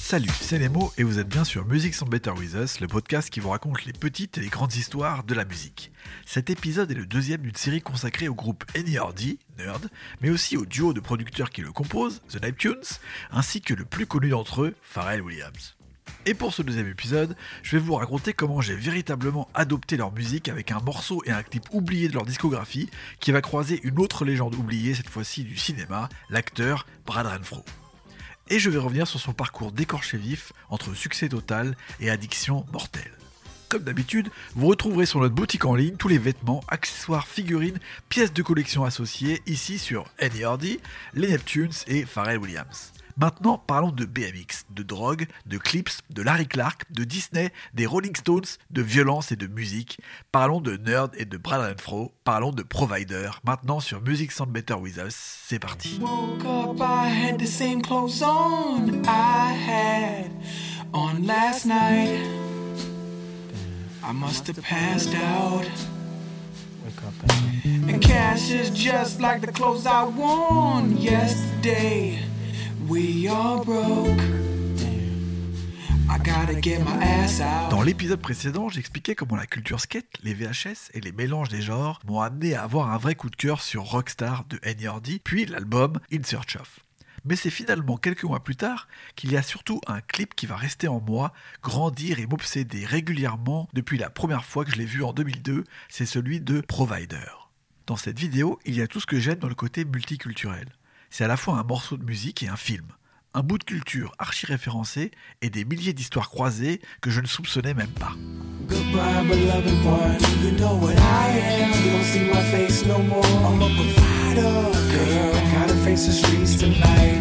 Salut, c'est Nemo et vous êtes bien sur Music Sound Better With Us, le podcast qui vous raconte les petites et les grandes histoires de la musique. Cet épisode est le deuxième d'une série consacrée au groupe NERD, Nerd, mais aussi au duo de producteurs qui le composent, The Neptunes, ainsi que le plus connu d'entre eux, Pharrell Williams. Et pour ce deuxième épisode, je vais vous raconter comment j'ai véritablement adopté leur musique avec un morceau et un clip oublié de leur discographie qui va croiser une autre légende oubliée, cette fois-ci du cinéma, l'acteur Brad Renfro. Et je vais revenir sur son parcours d'écorché vif entre succès total et addiction mortelle. Comme d'habitude, vous retrouverez sur notre boutique en ligne tous les vêtements, accessoires, figurines, pièces de collection associées ici sur NERD, les Neptunes et Pharrell Williams. Maintenant, parlons de BMX, de drogue, de clips, de Larry Clark, de Disney, des Rolling Stones, de violence et de musique. Parlons de Nerd et de Brad Renfro. Parlons de Provider. Maintenant sur Music Sound Better With Us. C'est parti. Woke up, I had the same clothes on I had on last night. I must have passed out. Wake up And cash is just like the clothes I worn yesterday. We all broke. I gotta get my ass out. Dans l'épisode précédent, j'expliquais comment la culture skate, les VHS et les mélanges des genres m'ont amené à avoir un vrai coup de cœur sur Rockstar de NERD, puis l'album In Search Of. Mais c'est finalement quelques mois plus tard qu'il y a surtout un clip qui va rester en moi, grandir et m'obséder régulièrement depuis la première fois que je l'ai vu en 2002, c'est celui de Provider. Dans cette vidéo, il y a tout ce que j'aime dans le côté multiculturel. C'est à la fois un morceau de musique et un film, un bout de culture archi-référencé et des milliers d'histoires croisées que je ne soupçonnais même pas. Goodbye, beloved one. You know what I am. You don't see my face no more. I'm a provider, girl. Gotta face the streets tonight.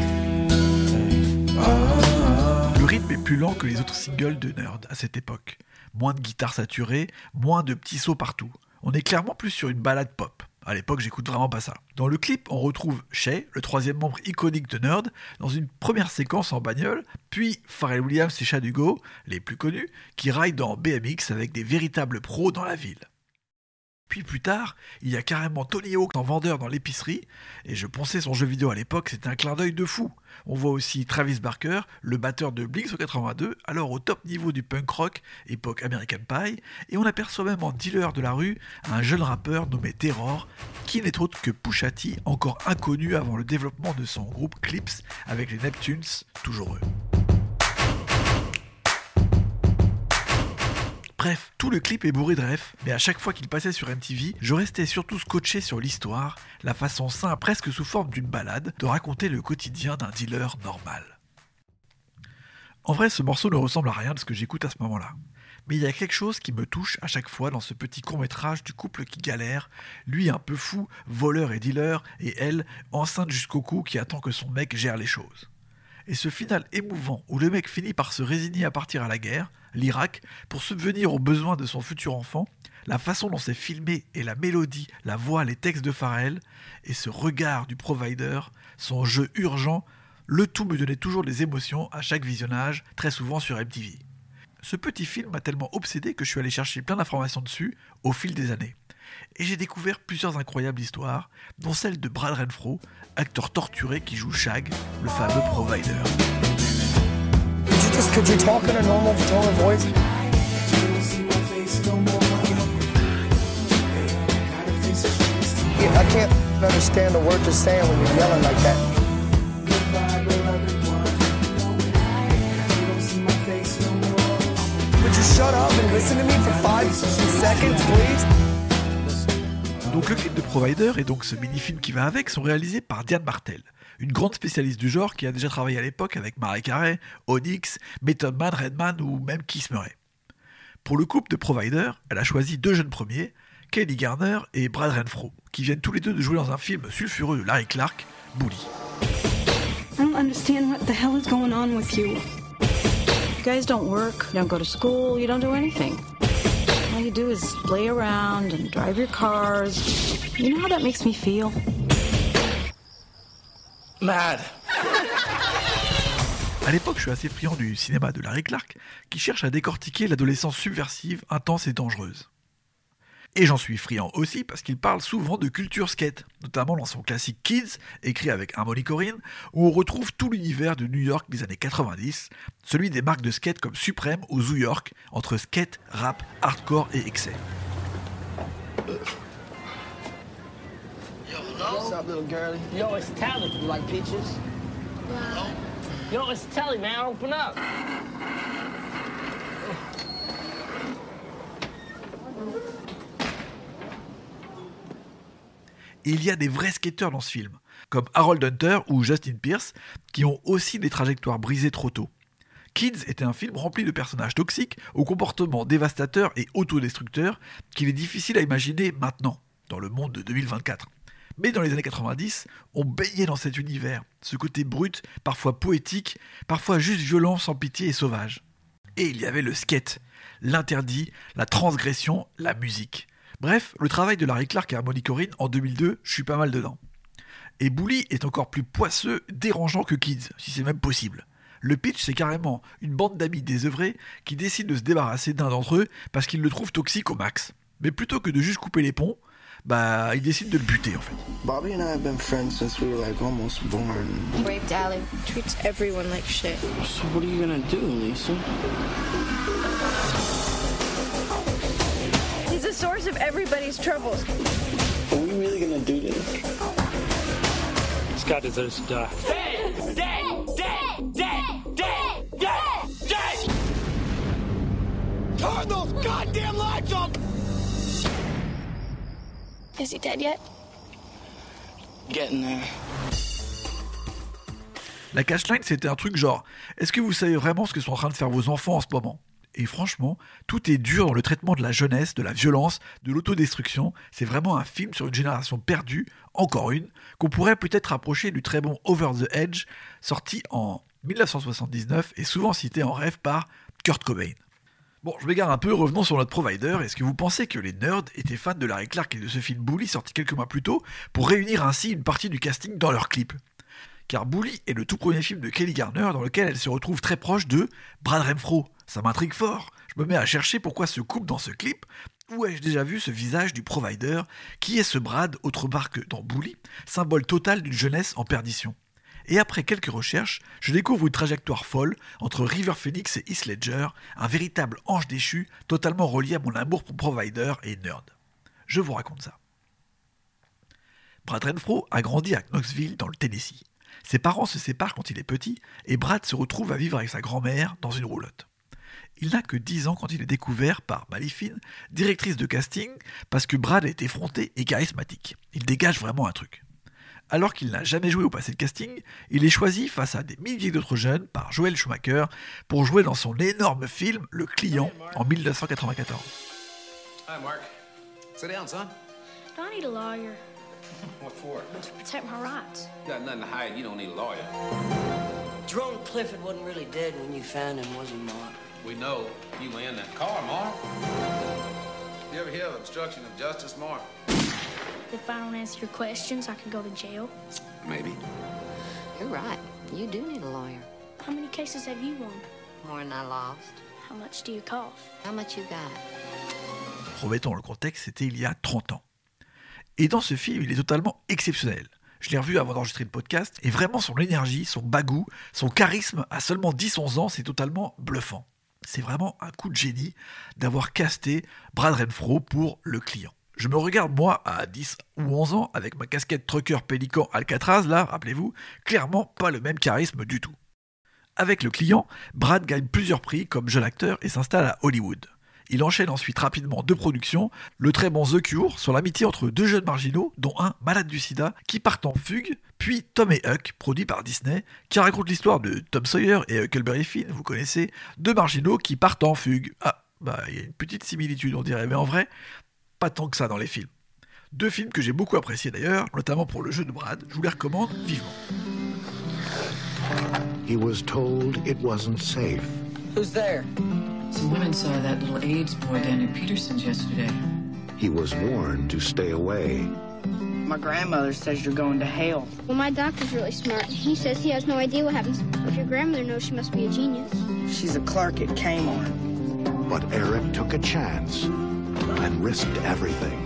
Le rythme est plus lent que les autres singles de Nerd à cette époque. Moins de guitares saturées, moins de petits sauts partout. On est clairement plus sur une balade pop. À l'époque, j'écoute vraiment pas ça. Dans le clip, on retrouve Shay, le troisième membre iconique de Nerd, dans une première séquence en bagnole, puis Pharrell Williams et Shad Hugo, les plus connus, qui raillent dans BMX avec des véritables pros dans la ville. Puis plus tard, il y a carrément Tony Hawk en vendeur dans l'épicerie, et je pensais son jeu vidéo à l'époque, c'était un clin d'œil de fou. On voit aussi Travis Barker, le batteur de Blink-182, alors au top niveau du punk rock, époque American Pie, et on aperçoit même en dealer de la rue un jeune rappeur nommé Terror, qui n'est autre que Pusha T, encore inconnu avant le développement de son groupe Clips avec les Neptunes, toujours eux. Bref, tout le clip est bourré de refs, mais à chaque fois qu'il passait sur MTV, je restais surtout scotché sur l'histoire, la façon simple, presque sous forme d'une balade, de raconter le quotidien d'un dealer normal. En vrai, ce morceau ne ressemble à rien de ce que j'écoute à ce moment-là. Mais il y a quelque chose qui me touche à chaque fois dans ce petit court-métrage du couple qui galère, lui un peu fou, voleur et dealer, et elle, enceinte jusqu'au cou qui attend que son mec gère les choses. Et ce final émouvant où le mec finit par se résigner à partir à la guerre, l'Irak, pour subvenir aux besoins de son futur enfant, la façon dont c'est filmé et la mélodie, la voix, les textes de Pharrell, et ce regard du Provider, son jeu urgent, le tout me donnait toujours des émotions à chaque visionnage, très souvent sur MTV. Ce petit film m'a tellement obsédé que je suis allé chercher plein d'informations dessus au fil des années. Et j'ai découvert plusieurs incroyables histoires, dont celle de Brad Renfro, acteur torturé qui joue Shag, le fameux Provider. Could you talk in a normal tone of voice? Yeah, I can't understand the words you're saying when you're yelling like that. Would you shut up and listen to me for 5 seconds, please? Donc le clip de Provider et donc ce mini-film qui va avec sont réalisés par Diane Martel, une grande spécialiste du genre qui a déjà travaillé à l'époque avec Mariah Carey, Onyx, Method Man, Redman ou même Keith Murray. Pour le couple de Provider, elle a choisi deux jeunes premiers, Kelly Garner et Brad Renfro, qui viennent tous les deux de jouer dans un film sulfureux de Larry Clark, Bully. I don't understand what the hell is going on with you. You guys don't work, you don't go to school, you don't do anything. All you do is play around and drive your cars. You know how that makes me feel? Mad. À l'époque, je suis assez friand du cinéma de Larry Clark, qui cherche à décortiquer l'adolescence subversive, intense et dangereuse. Et j'en suis friand aussi parce qu'il parle souvent de culture skate, notamment dans son classique Kids, écrit avec Harmony Korine, où on retrouve tout l'univers de New York des années 90, celui des marques de skate comme Supreme ou Zoo York, entre skate, rap, hardcore et excès. What's up, little girlie? Yo, it's Tally. You like peaches? Wow. Yo, it's Tally, man. Open up. Et il y a des vrais skateurs dans ce film, comme Harold Hunter ou Justin Pierce, qui ont aussi des trajectoires brisées trop tôt. Kids était un film rempli de personnages toxiques, aux comportements dévastateurs et autodestructeurs, qu'il est difficile à imaginer maintenant, dans le monde de 2024. Mais dans les années 90, on baignait dans cet univers, ce côté brut, parfois poétique, parfois juste violent, sans pitié et sauvage. Et il y avait le skate, l'interdit, la transgression, la musique. Bref, le travail de Larry Clark et Harmony Korine en 2002, je suis pas mal dedans. Et Bully est encore plus poisseux, dérangeant que Kids, si c'est même possible. Le pitch, c'est carrément une bande d'amis désœuvrés qui décident de se débarrasser d'un d'entre eux parce qu'ils le trouvent toxique au max. Mais plutôt que de juste couper les ponts, ils décident de le buter en fait. Bobby and I have been friends since we were like almost born. Brave Dally treats everyone like shit. So what are you gonna do, Lisa? He's the source of everybody's troubles. Are we really gonna do this? This guy deserves to die. Dead! Dead! Dead! Dead! Dead! Dead! Dead! Turn those goddamn lights off! Is he dead yet? Getting there. La catchline, c'était un truc genre « Est-ce que vous savez vraiment ce que sont en train de faire vos enfants en ce moment ?» Et franchement, tout est dur dans le traitement de la jeunesse, de la violence, de l'autodestruction. C'est vraiment un film sur une génération perdue, encore une, qu'on pourrait peut-être rapprocher du très bon Over the Edge, sorti en 1979 et souvent cité en rêve par Kurt Cobain. Bon, je m'égare un peu, revenons sur notre provider. Est-ce que vous pensez que les nerds étaient fans de Larry Clark et de ce film Bully sorti quelques mois plus tôt pour réunir ainsi une partie du casting dans leur clip ? Car Bully est le tout premier film de Kelly Garner dans lequel elle se retrouve très proche de Brad Renfro. Ça m'intrigue fort. Je me mets à chercher pourquoi ce couple dans ce clip. Où ai-je déjà vu ce visage du provider ? Qui est ce Brad, autre part que dans Bully, symbole total d'une jeunesse en perdition ? Et après quelques recherches, je découvre une trajectoire folle entre River Phoenix et Heath Ledger, un véritable ange déchu, totalement relié à mon amour pour Provider et Nerd. Je vous raconte ça. Brad Renfro a grandi à Knoxville, dans le Tennessee. Ses parents se séparent quand il est petit, et Brad se retrouve à vivre avec sa grand-mère dans une roulotte. Il n'a que 10 ans quand il est découvert par Malifine, directrice de casting, parce que Brad est effronté et charismatique. Il dégage vraiment un truc. Alors qu'il n'a jamais joué au passé de casting, il est choisi face à des milliers d'autres jeunes par Joel Schumacher pour jouer dans son énorme film Le Client en 1994. Hi, Mark. Sit down, son. I need a lawyer What for? to protect my rights. You got nothing to hide. You don't need a lawyer. Jerome Clifford wasn't really dead when you found him, was he, Mark? We know you were in that car, Mark. You ever hear of obstruction of justice, Mark? If I don't answer your questions, I could go to jail. Maybe. You're right. You do need a lawyer. How many cases have you won? More than I lost. How much do you cost? How much you got? Remettons le contexte, c'était il y a 30 ans. Et dans ce film, il est totalement exceptionnel. Je l'ai revu avant d'enregistrer le podcast, et vraiment son énergie, son bagou, son charisme à seulement 10-11 ans, c'est totalement bluffant. C'est vraiment un coup de génie d'avoir casté Brad Renfro pour Le Client. Je me regarde moi à 10 ou 11 ans avec ma casquette trucker pélican Alcatraz, là, rappelez-vous, clairement pas le même charisme du tout. Avec Le Client, Brad gagne plusieurs prix comme jeune acteur et s'installe à Hollywood. Il enchaîne ensuite rapidement 2 productions, le très bon The Cure sur l'amitié entre 2 jeunes marginaux, dont un malade du sida, qui partent en fugue, puis Tom et Huck, produit par Disney, qui raconte l'histoire de Tom Sawyer et Huckleberry Finn, vous connaissez, 2 marginaux qui partent en fugue. Il y a une petite similitude on dirait, mais en vrai, pas tant que ça dans les films. 2 films que j'ai beaucoup appréciés d'ailleurs, notamment pour le jeu de Brad, je vous les recommande vivement. He was told it wasn't safe. Who's there? Some women saw that little AIDS boy down at Peterson's yesterday. He was warned to stay away. My grandmother says you're going to hell. Well, my doctor's really smart. He says he has no idea what happens. If your grandmother knows, she must be a genius. She's a clerk at Kmart. But Eric took a chance. and risked everything.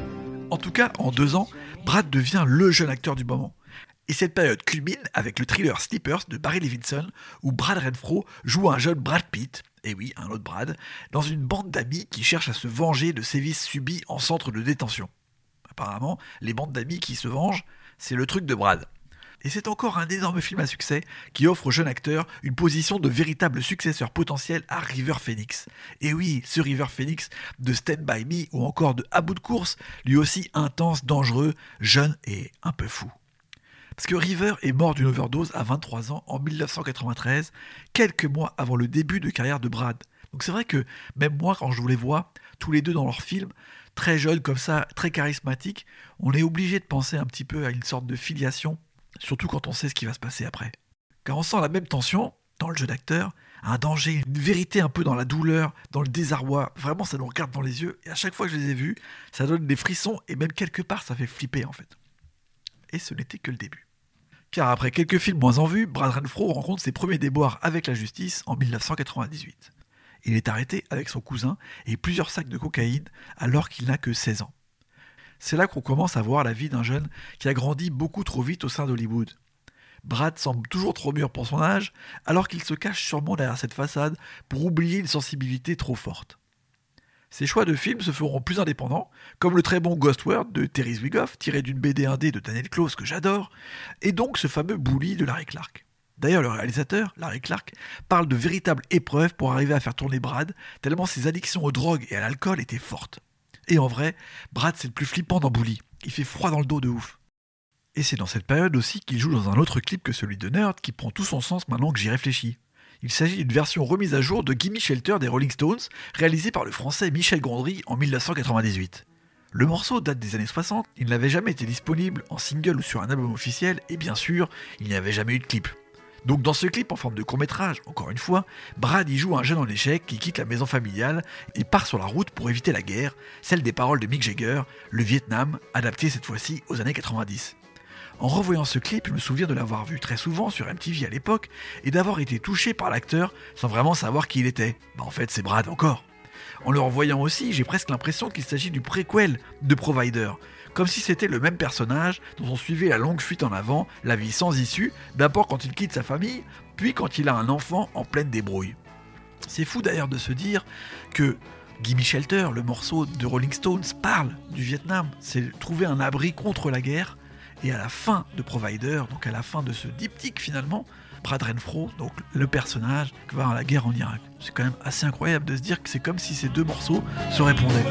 En tout cas, en 2 ans, Brad devient le jeune acteur du moment. Et cette période culmine avec le thriller Sleepers de Barry Levinson, où Brad Renfro joue un jeune Brad Pitt, et oui, un autre Brad, dans une bande d'amis qui cherchent à se venger de sévices subis en centre de détention. Apparemment, les bandes d'amis qui se vengent, c'est le truc de Brad. Et c'est encore un énorme film à succès qui offre au jeune acteur une position de véritable successeur potentiel à River Phoenix. Et oui, ce River Phoenix de Stand By Me ou encore de À bout de course, lui aussi intense, dangereux, jeune et un peu fou. Parce que River est mort d'une overdose à 23 ans en 1993, quelques mois avant le début de carrière de Brad. Donc c'est vrai que même moi, quand je vous les vois, tous les deux dans leurs films, très jeunes comme ça, très charismatiques, on est obligé de penser un petit peu à une sorte de filiation, surtout quand on sait ce qui va se passer après. Car on sent la même tension dans le jeu d'acteur, un danger, une vérité un peu dans la douleur, dans le désarroi. Vraiment, ça nous regarde dans les yeux. Et à chaque fois que je les ai vus, ça donne des frissons et même quelque part, ça fait flipper en fait. Et ce n'était que le début. Car après quelques films moins en vue, Brad Renfro rencontre ses premiers déboires avec la justice en 1998. Il est arrêté avec son cousin et plusieurs sacs de cocaïne alors qu'il n'a que 16 ans. C'est là qu'on commence à voir la vie d'un jeune qui a grandi beaucoup trop vite au sein d'Hollywood. Brad semble toujours trop mûr pour son âge, alors qu'il se cache sûrement derrière cette façade pour oublier une sensibilité trop forte. Ses choix de films se feront plus indépendants, comme le très bon Ghost World de Terry Zwigoff, tiré d'une BD indé de Daniel Close que j'adore, et donc ce fameux Bully de Larry Clark. D'ailleurs, le réalisateur, Larry Clark, parle de véritables épreuves pour arriver à faire tourner Brad, tellement ses addictions aux drogues et à l'alcool étaient fortes. Et en vrai, Brad c'est le plus flippant dans Bully, il fait froid dans le dos de ouf. Et c'est dans cette période aussi qu'il joue dans un autre clip que celui de Nerd qui prend tout son sens maintenant que j'y réfléchis. Il s'agit d'une version remise à jour de Gimme Shelter des Rolling Stones, réalisée par le français Michel Gondry en 1998. Le morceau date des années 60, il n'avait jamais été disponible en single ou sur un album officiel, et bien sûr, il n'y avait jamais eu de clip. Donc dans ce clip en forme de court-métrage, encore une fois, Brad y joue un jeune en échec qui quitte la maison familiale et part sur la route pour éviter la guerre, celle des paroles de Mick Jagger, le Vietnam, adapté cette fois-ci aux années 90. En revoyant ce clip, je me souviens de l'avoir vu très souvent sur MTV à l'époque et d'avoir été touché par l'acteur sans vraiment savoir qui il était. En fait, c'est Brad encore. En le revoyant aussi, j'ai presque l'impression qu'il s'agit du préquel de Provider, comme si c'était le même personnage dont on suivait la longue fuite en avant, la vie sans issue, d'abord quand il quitte sa famille, puis quand il a un enfant en pleine débrouille. C'est fou d'ailleurs de se dire que Gimme Shelter, le morceau de Rolling Stones, parle du Vietnam, c'est trouver un abri contre la guerre. Et à la fin de Provider, donc à la fin de ce diptyque finalement, Brad Renfro, donc le personnage, va à la guerre en Irak. C'est quand même assez incroyable de se dire que c'est comme si ces deux morceaux se répondaient.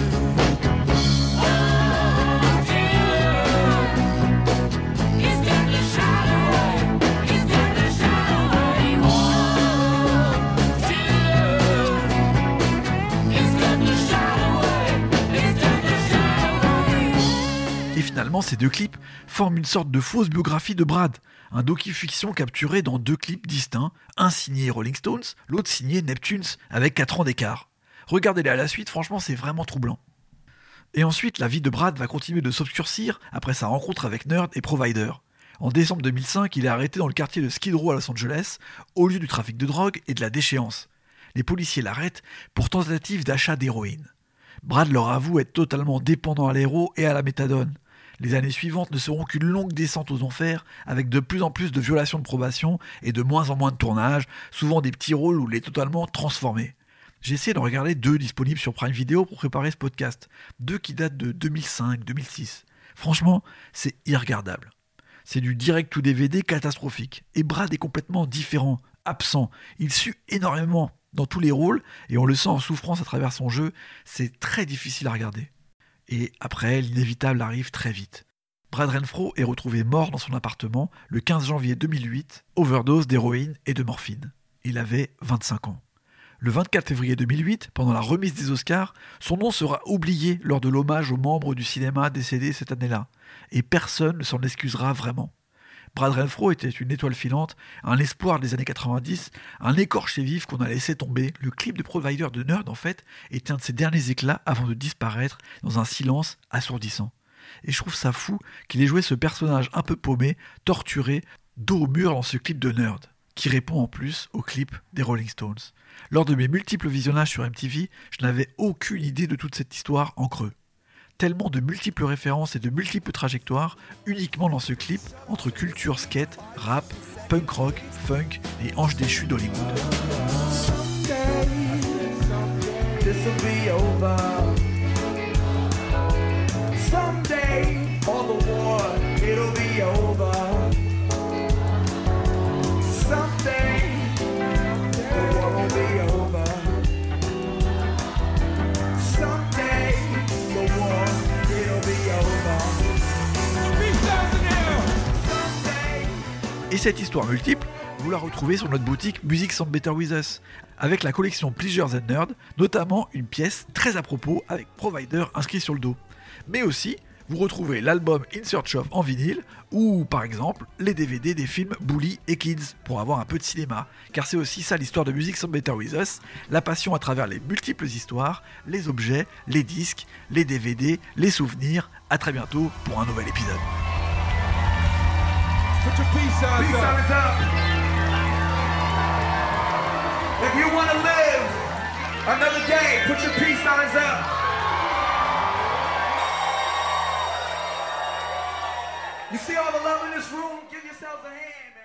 Et finalement, ces deux clips forment une sorte de fausse biographie de Brad, un docu-fiction capturé dans deux clips distincts, un signé Rolling Stones, l'autre signé Neptunes, avec 4 ans d'écart. Regardez-les à la suite, franchement c'est vraiment troublant. Et ensuite, la vie de Brad va continuer de s'obscurcir après sa rencontre avec Nerd et Provider. En décembre 2005, il est arrêté dans le quartier de Skid Row à Los Angeles, au lieu du trafic de drogue et de la déchéance. Les policiers l'arrêtent pour tentative d'achat d'héroïne. Brad leur avoue être totalement dépendant à l'héro et à la méthadone. Les années suivantes ne seront qu'une longue descente aux enfers, avec de plus en plus de violations de probation et de moins en moins de tournages, souvent des petits rôles où il est totalement transformé. J'ai essayé d'en regarder 2 disponibles sur Prime Video pour préparer ce podcast, 2 qui datent de 2005-2006. Franchement, c'est irregardable. C'est du direct to DVD catastrophique. Et Brad est complètement différent, absent. Il sue énormément dans tous les rôles, et on le sent en souffrance à travers son jeu. C'est très difficile à regarder. Et après, l'inévitable arrive très vite. Brad Renfro est retrouvé mort dans son appartement le 15 janvier 2008, overdose d'héroïne et de morphine. Il avait 25 ans. Le 24 février 2008, pendant la remise des Oscars, son nom sera oublié lors de l'hommage aux membres du cinéma décédés cette année-là. Et personne ne s'en excusera vraiment. Brad Renfro était une étoile filante, un espoir des années 90, un écorché vif qu'on a laissé tomber. Le clip de Provider de Nerd, en fait, était un de ses derniers éclats avant de disparaître dans un silence assourdissant. Et je trouve ça fou qu'il ait joué ce personnage un peu paumé, torturé, dos au mur dans ce clip de Nerd. qui répond en plus au clip des Rolling Stones. Lors de mes multiples visionnages sur MTV, je n'avais aucune idée de toute cette histoire en creux. Tellement de multiples références et de multiples trajectoires uniquement dans ce clip entre culture skate, rap, punk rock, funk et anges déchus d'Hollywood. Someday, all the war, it'll be over. Someday, the war will be over. Someday, the war, it'll be over. Et cette histoire multiple, vous la retrouvez sur notre boutique Music Sound Better With Us, avec la collection Pleasures and Nerd, notamment une pièce très à propos avec Provider inscrit sur le dos. Mais aussi, vous retrouvez l'album In Search Of en vinyle, ou par exemple les DVD des films Bully et Kids, pour avoir un peu de cinéma, car c'est aussi ça l'histoire de Music Sound Better With Us, la passion à travers les multiples histoires, les objets, les disques, les DVD, les souvenirs. À très bientôt pour un nouvel épisode. Put your peace signs up. If you want to live another day, put your peace signs up. You see all the love in this room? Give yourselves a hand.